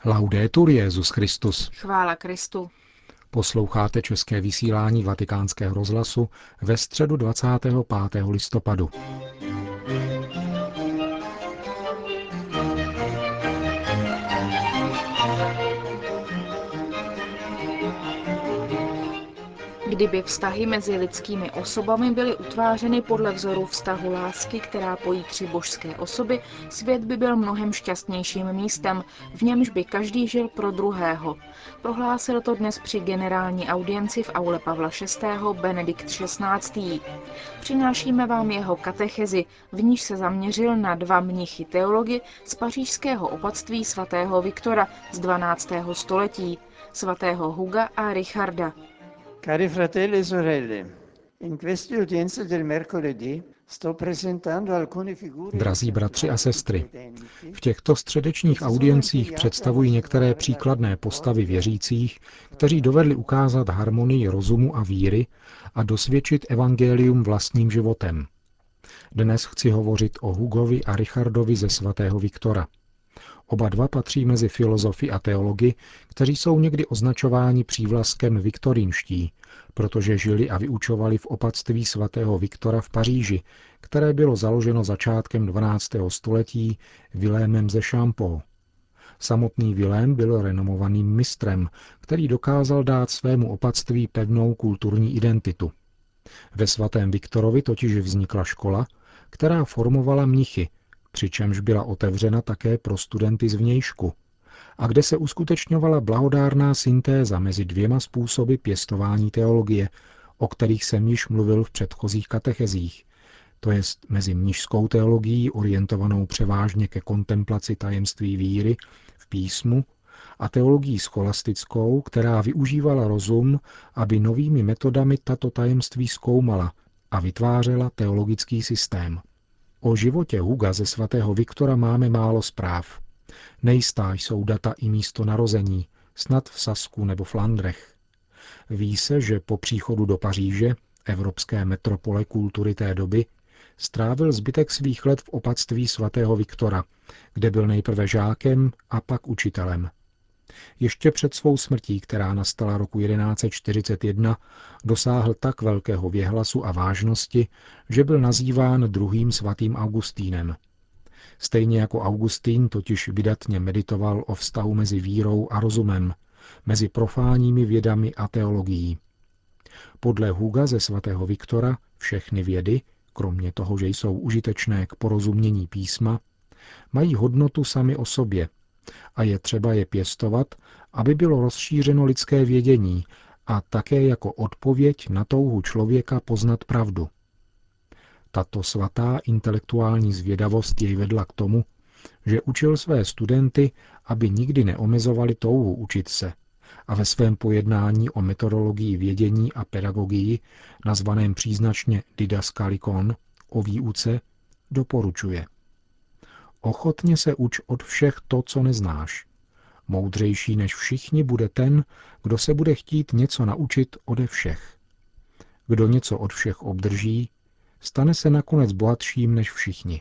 Laudetur Jesus Christus. Chvála Kristu. Posloucháte české vysílání Vatikánského rozhlasu ve středu 25. listopadu. Kdyby vztahy mezi lidskými osobami byly utvářeny podle vzoru vztahu lásky, která pojí tři božské osoby, svět by byl mnohem šťastnějším místem, v němž by každý žil pro druhého. Prohlásil to dnes při generální audienci v aule Pavla VI. Benedikt XVI. Přinášíme vám jeho katechezi, v níž se zaměřil na dva mnichy teology z pařížského opatství svatého Viktora z 12. století, svatého Huga a Richarda. Cari fratelli e sorelle, in queste udienze del mercoledì sto presentando alcune figure. Drazí bratři a sestry, v těchto středečních audiencích představují některé příkladné postavy věřících, kteří dovedli ukázat harmonii rozumu a víry a dosvědčit evangelium vlastním životem. Dnes chci hovořit o Hugovi a Richardovi ze svatého Viktora. Oba dva patří mezi filozofy a teology, kteří jsou někdy označováni přívlastkem viktorínští, protože žili a vyučovali v opatství svatého Viktora v Paříži, které bylo založeno začátkem 12. století Vilémem ze Champeaux. Samotný Vilém byl renomovaným mistrem, který dokázal dát svému opatství pevnou kulturní identitu. Ve svatém Viktorovi totiž vznikla škola, která formovala mnichy, přičemž byla otevřena také pro studenty zvnějšku, a kde se uskutečňovala blahodárná syntéza mezi dvěma způsoby pěstování teologie, o kterých jsem již mluvil v předchozích katechezích, to jest mezi mnišskou teologií orientovanou převážně ke kontemplaci tajemství víry v písmu a teologií scholastickou, která využívala rozum, aby novými metodami tato tajemství zkoumala a vytvářela teologický systém. O životě Huga ze svatého Viktora máme málo zpráv. Nejistá jsou data i místo narození, snad v Sasku nebo Flandrech. Ví se, že po příchodu do Paříže, evropské metropole kultury té doby, strávil zbytek svých let v opatství svatého Viktora, kde byl nejprve žákem a pak učitelem. Ještě před svou smrtí, která nastala roku 1141, dosáhl tak velkého věhlasu a vážnosti, že byl nazýván druhým svatým Augustínem. Stejně jako Augustín totiž vydatně meditoval o vztahu mezi vírou a rozumem, mezi profánními vědami a teologií. Podle Huga ze svatého Viktora všechny vědy, kromě toho, že jsou užitečné k porozumění písma, mají hodnotu sami o sobě a je třeba je pěstovat, aby bylo rozšířeno lidské vědění a také jako odpověď na touhu člověka poznat pravdu. Tato svatá intelektuální zvědavost jej vedla k tomu, že učil své studenty, aby nikdy neomezovali touhu učit se, a ve svém pojednání o metodologii vědění a pedagogii, nazvaném příznačně didaskalikon, o výuce, doporučuje. Ochotně se uč od všech to, co neznáš. Moudřejší než všichni bude ten, kdo se bude chtít něco naučit ode všech. Kdo něco od všech obdrží, stane se nakonec bohatším než všichni.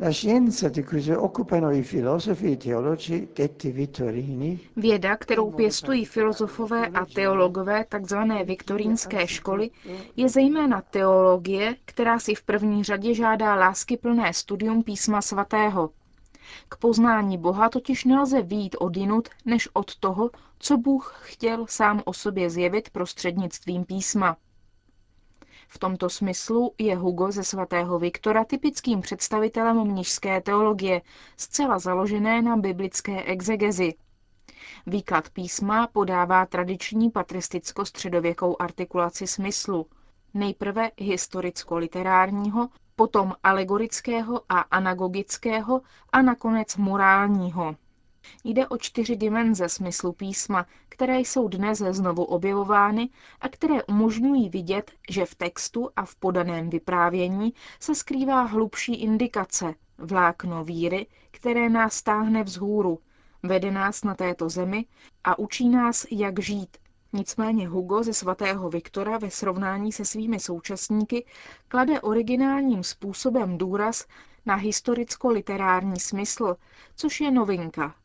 Věda, kterou pěstují filozofové a teologové tzv. Viktorínské školy, je zejména teologie, která si v první řadě žádá láskyplné studium písma svatého. K poznání Boha totiž nelze vyjít odjinud, než od toho, co Bůh chtěl sám o sobě zjevit prostřednictvím písma. V tomto smyslu je Hugo ze svatého Viktora typickým představitelem mnišské teologie, zcela založené na biblické exegezi. Výklad písma podává tradiční patristicko-středověkou artikulaci smyslu, nejprve historicko-literárního, potom alegorického a anagogického a nakonec morálního. Jde o 4 dimenze smyslu písma, které jsou dnes znovu objevovány a které umožňují vidět, že v textu a v podaném vyprávění se skrývá hlubší indikace, vlákno víry, které nás táhne vzhůru, vede nás na této zemi a učí nás, jak žít. Nicméně Hugo ze svatého Viktora ve srovnání se svými současníky klade originálním způsobem důraz na historicko-literární smysl, což je novinka.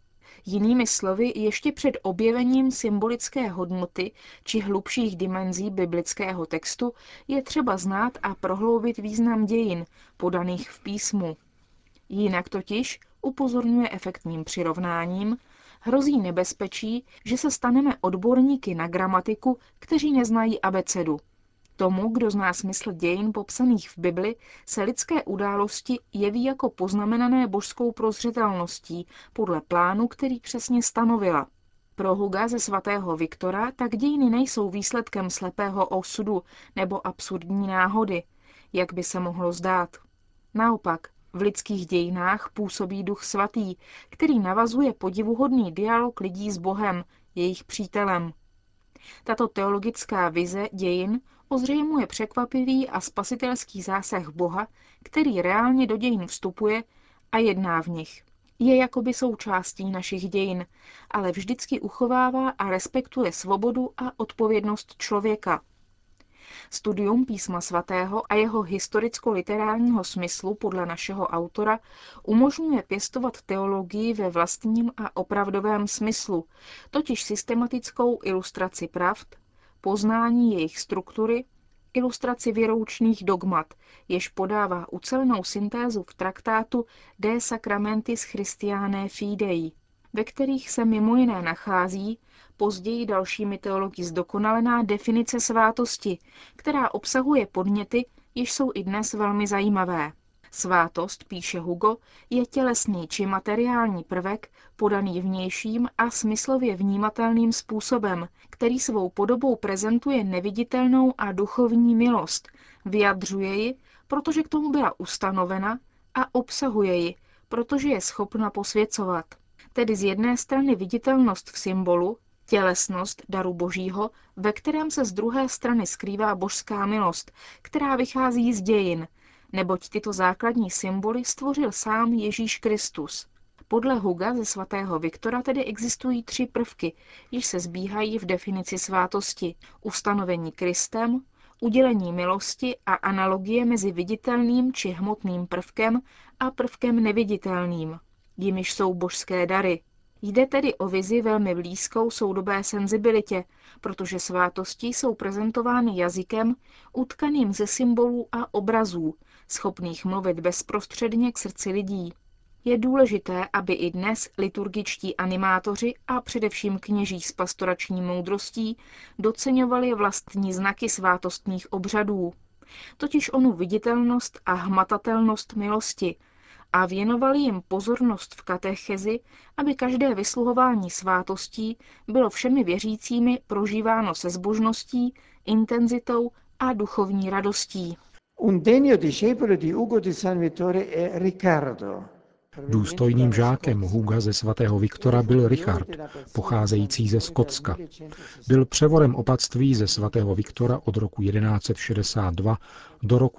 Jinými slovy, ještě před objevením symbolické hodnoty či hlubších dimenzí biblického textu je třeba znát a prohloubit význam dějin, podaných v písmu. Jinak totiž, upozorňuje efektním přirovnáním, hrozí nebezpečí, že se staneme odborníky na gramatiku, kteří neznají abecedu. Tomu, kdo zná smysl dějin popsaných v Bibli, se lidské události jeví jako poznamenané božskou prozřetelností podle plánu, který přesně stanovila. Pro Huga ze svatého Viktora tak dějiny nejsou výsledkem slepého osudu nebo absurdní náhody, jak by se mohlo zdát. Naopak, v lidských dějinách působí Duch Svatý, který navazuje podivuhodný dialog lidí s Bohem, jejich přítelem. Tato teologická vize dějin ozřejmuje překvapivý a spasitelský zásah Boha, který reálně do dějin vstupuje a jedná v nich. Je jakoby součástí našich dějin, ale vždycky uchovává a respektuje svobodu a odpovědnost člověka. Studium písma svatého a jeho historicko-literárního smyslu podle našeho autora umožňuje pěstovat teologii ve vlastním a opravdovém smyslu, totiž systematickou ilustraci pravd, poznání jejich struktury, ilustraci věroučných dogmat, jež podává ucelenou syntézu v traktátu De Sacramentis Christianae Fidei, ve kterých se mimo jiné nachází později dalšími teology zdokonalená definice svátosti, která obsahuje podněty, jež jsou i dnes velmi zajímavé. Svátost, píše Hugo, je tělesný či materiální prvek, podaný vnějším a smyslově vnímatelným způsobem, který svou podobou prezentuje neviditelnou a duchovní milost, vyjadřuje ji, protože k tomu byla ustanovena, a obsahuje ji, protože je schopna posvěcovat. Tedy z jedné strany viditelnost v symbolu, tělesnost daru Božího, ve kterém se z druhé strany skrývá božská milost, která vychází z dějin, neboť tyto základní symboly stvořil sám Ježíš Kristus. Podle Huga ze svatého Viktora tedy existují 3 prvky, jež se sbíhají v definici svátosti: ustanovení Kristem, udělení milosti a analogie mezi viditelným či hmotným prvkem a prvkem neviditelným, jimiž jsou božské dary. Jde tedy o vizi velmi blízkou soudobé senzibilitě, protože svátosti jsou prezentovány jazykem utkaným ze symbolů a obrazů, schopných mluvit bezprostředně k srdci lidí. Je důležité, aby i dnes liturgičtí animátoři a především kněží s pastorační moudrostí doceňovali vlastní znaky svátostných obřadů, totiž onu viditelnost a hmatatelnost milosti, a věnovali jim pozornost v katechezi, aby každé vysluhování svátostí bylo všemi věřícími prožíváno se zbožností, intenzitou a duchovní radostí. Un degno discepolo di Ugo di San Vittore è Riccardo. Důstojným žákem Huga ze svatého Viktora byl Richard, pocházející ze Skotska. Byl převorem opatství ze svatého Viktora od roku 1162 do roku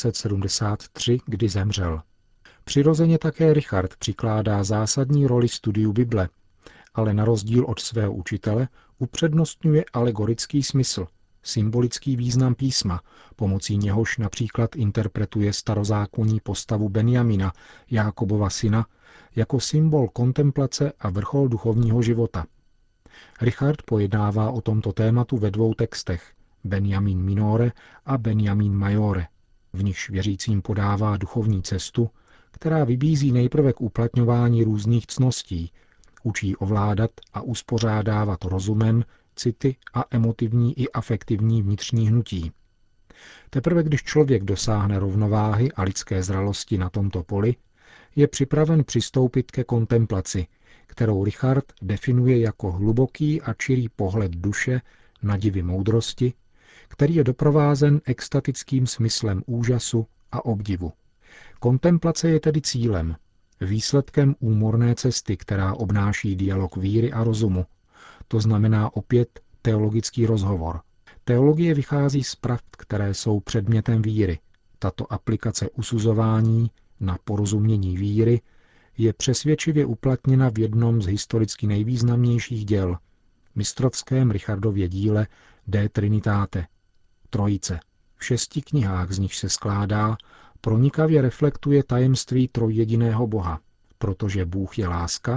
1173, kdy zemřel. Přirozeně také Richard přikládá zásadní roli studiu Bible, ale na rozdíl od svého učitele upřednostňuje alegorický smysl, symbolický význam písma, pomocí něhož například interpretuje starozákonní postavu Benjamina, Jákobova syna, jako symbol kontemplace a vrchol duchovního života. Richard pojednává o tomto tématu ve 2 textech, Benjamin minore a Benjamin majore, v nichž věřícím podává duchovní cestu, která vybízí nejprve k uplatňování různých cností, učí ovládat a uspořádávat rozumem city a emotivní i afektivní vnitřní hnutí. Teprve když člověk dosáhne rovnováhy a lidské zralosti na tomto poli, je připraven přistoupit ke kontemplaci, kterou Richard definuje jako hluboký a čirý pohled duše na divy moudrosti, který je doprovázen extatickým smyslem úžasu a obdivu. Kontemplace je tedy cílem, výsledkem úmorné cesty, která obnáší dialog víry a rozumu. To znamená opět teologický rozhovor. Teologie vychází z pravd, které jsou předmětem víry. Tato aplikace usuzování na porozumění víry je přesvědčivě uplatněna v jednom z historicky nejvýznamnějších děl, mistrovském Richardově díle De Trinitate, Trojice. V 6 knihách, z nich se skládá, pronikavě reflektuje tajemství trojjediného Boha, protože Bůh je láska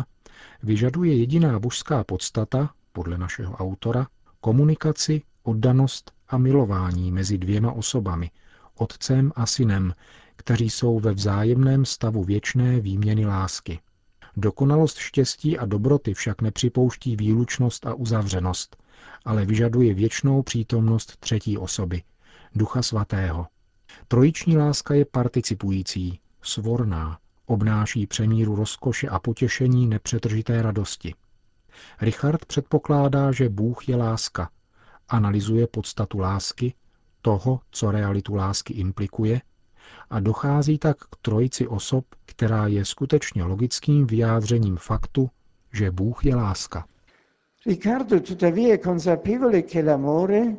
vyžaduje jediná božská podstata, podle našeho autora, komunikaci, oddanost a milování mezi dvěma osobami, otcem a synem, kteří jsou ve vzájemném stavu věčné výměny lásky. Dokonalost štěstí a dobroty však nepřipouští výlučnost a uzavřenost, ale vyžaduje věčnou přítomnost třetí osoby, Ducha Svatého. Trojiční láska je participující, svorná, obnáší přemíru rozkoše a potěšení nepřetržité radosti. Richard předpokládá, že Bůh je láska, analyzuje podstatu lásky, toho, co realitu lásky implikuje, a dochází tak k trojici osob, která je skutečně logickým vyjádřením faktu, že Bůh je láska. Riccardo tuttavia è consapevole che l'amore,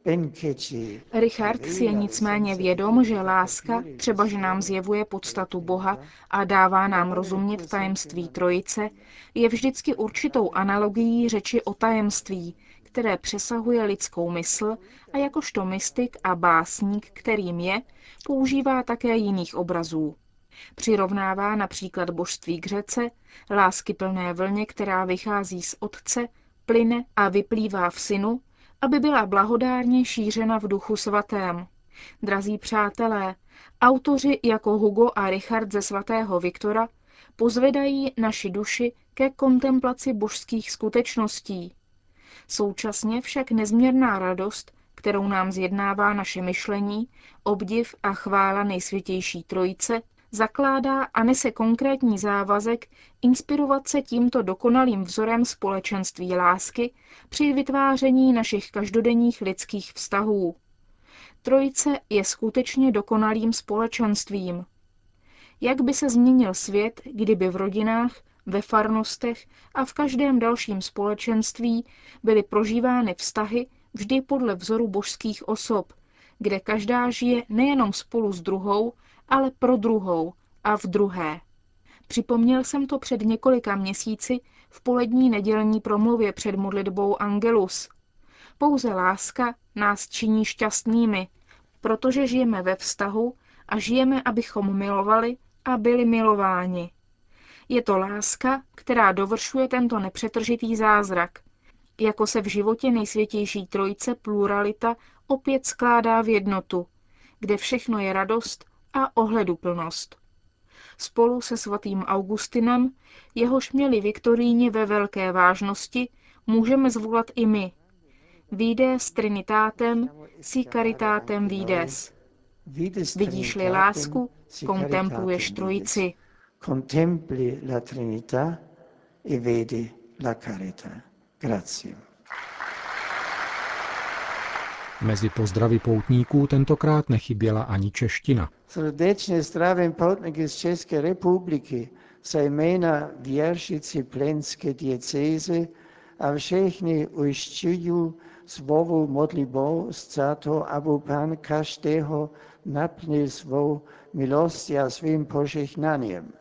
Richard si je nicméně vědom, že láska, třeba že nám zjevuje podstatu Boha a dává nám rozumět tajemství Trojice, je vždycky určitou analogií řeči o tajemství, které přesahuje lidskou mysl a jakožto mystik a básník, kterým je, používá také jiných obrazů. Přirovnává například božství k řece, láskyplné vlně, která vychází z Otce, plyne a vyplývá v Synu, aby byla blahodárně šířena v Duchu Svatém. Drazí přátelé, autoři jako Hugo a Richard ze svatého Viktora pozvedají naši duši ke kontemplaci božských skutečností. Současně však nezměrná radost, kterou nám zjednává naše myšlení, obdiv a chvála Nejsvětější Trojice, zakládá a nese konkrétní závazek inspirovat se tímto dokonalým vzorem společenství lásky při vytváření našich každodenních lidských vztahů. Trojice je skutečně dokonalým společenstvím. Jak by se změnil svět, kdyby v rodinách, ve farnostech a v každém dalším společenství byly prožívány vztahy vždy podle vzoru božských osob, kde každá žije nejenom spolu s druhou, ale pro druhou a v druhé. Připomněl jsem to před několika měsíci v polední nedělní promluvě před modlitbou Angelus. Pouze láska nás činí šťastnými, protože žijeme ve vztahu a žijeme, abychom milovali a byli milováni. Je to láska, která dovršuje tento nepřetržitý zázrak. Jako se v životě Nejsvětější Trojice pluralita opět skládá v jednotu, kde všechno je radost a ohleduplnost. Spolu se svatým Augustinem, jehož měli Viktoríni ve velké vážnosti, můžeme zvolat i my. Vides Trinitatem, si caritatem vides. Vidíš-li lásku, kontempluješ Trojici. Contempli la Trinità e vedi la carità. Grazie. Mezi pozdravy poutníků tentokrát nechyběla ani čeština. Srdečně zdravím poutníky z České republiky, zejména věršici Plenské diecéze a všechny ujišťuju svou modlitbou za to, aby Pán každého naplnil svou milostí a svým požehnáním.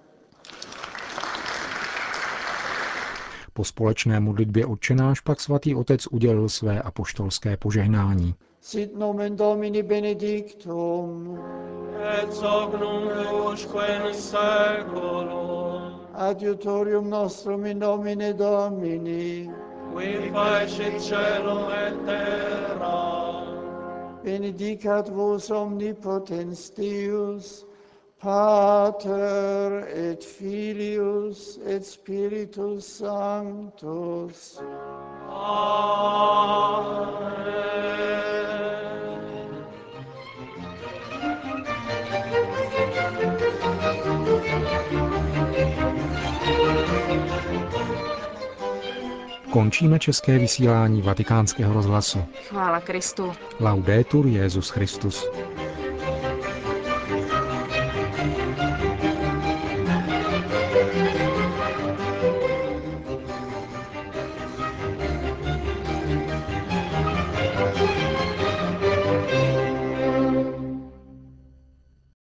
Po společné modlitbě Otčenáš pak svatý otec udělil své apoštolské požehnání. Sit nomen Domini benedictum, et hoc nunc usque in saeculum, adiutorium nostrum in nomine Domini, qui facit caelum et terra, benedicat vos omnipotens Deus, Pater et Filius et Spiritus Sanctus. Amen. Končíme české vysílání Vatikánského rozhlasu. Chvála Kristu. Laudetur Jesus Christus.